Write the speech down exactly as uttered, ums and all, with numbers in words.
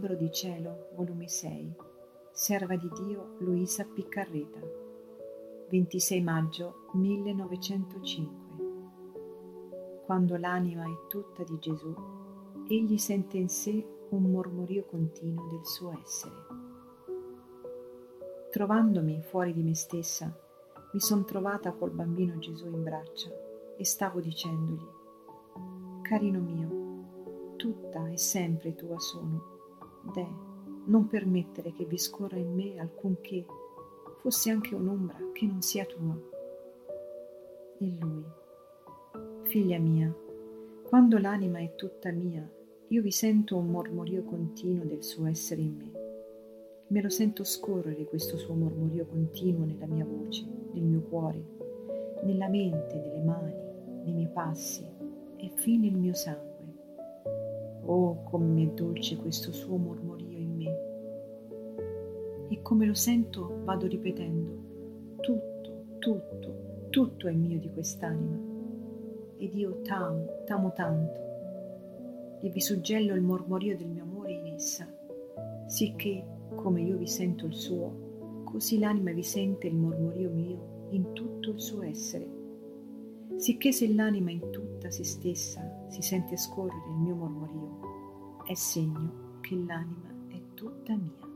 Libro di Cielo, volume sei, Serva di Dio Luisa Piccarreta, ventisei maggio millenovecentocinque. Quando l'anima è tutta di Gesù, egli sente in sé un mormorio continuo del suo essere. Trovandomi fuori di me stessa, mi son trovata col bambino Gesù in braccia e stavo dicendogli: carino mio, tutta e sempre tua sono. Deh, non permettere che vi scorra in me alcunché, fosse anche un'ombra che non sia tua. E lui: figlia mia, quando l'anima è tutta mia, io vi sento un mormorio continuo del suo essere in me. Me lo sento scorrere questo suo mormorio continuo nella mia voce, nel mio cuore, nella mente, nelle mani, nei miei passi e fin nel mio sangue. Oh, come mi è dolce questo suo mormorio in me! E come lo sento vado ripetendo: tutto, tutto, tutto è mio di quest'anima. Ed io t'amo, t'amo tanto. E vi suggello il mormorio del mio amore in essa, sicché, come io vi sento il suo, così l'anima vi sente il mormorio mio in tutto il suo essere. Sicché se l'anima in tutta se stessa si sente scorrere il mio mormorio, è segno che l'anima è tutta mia.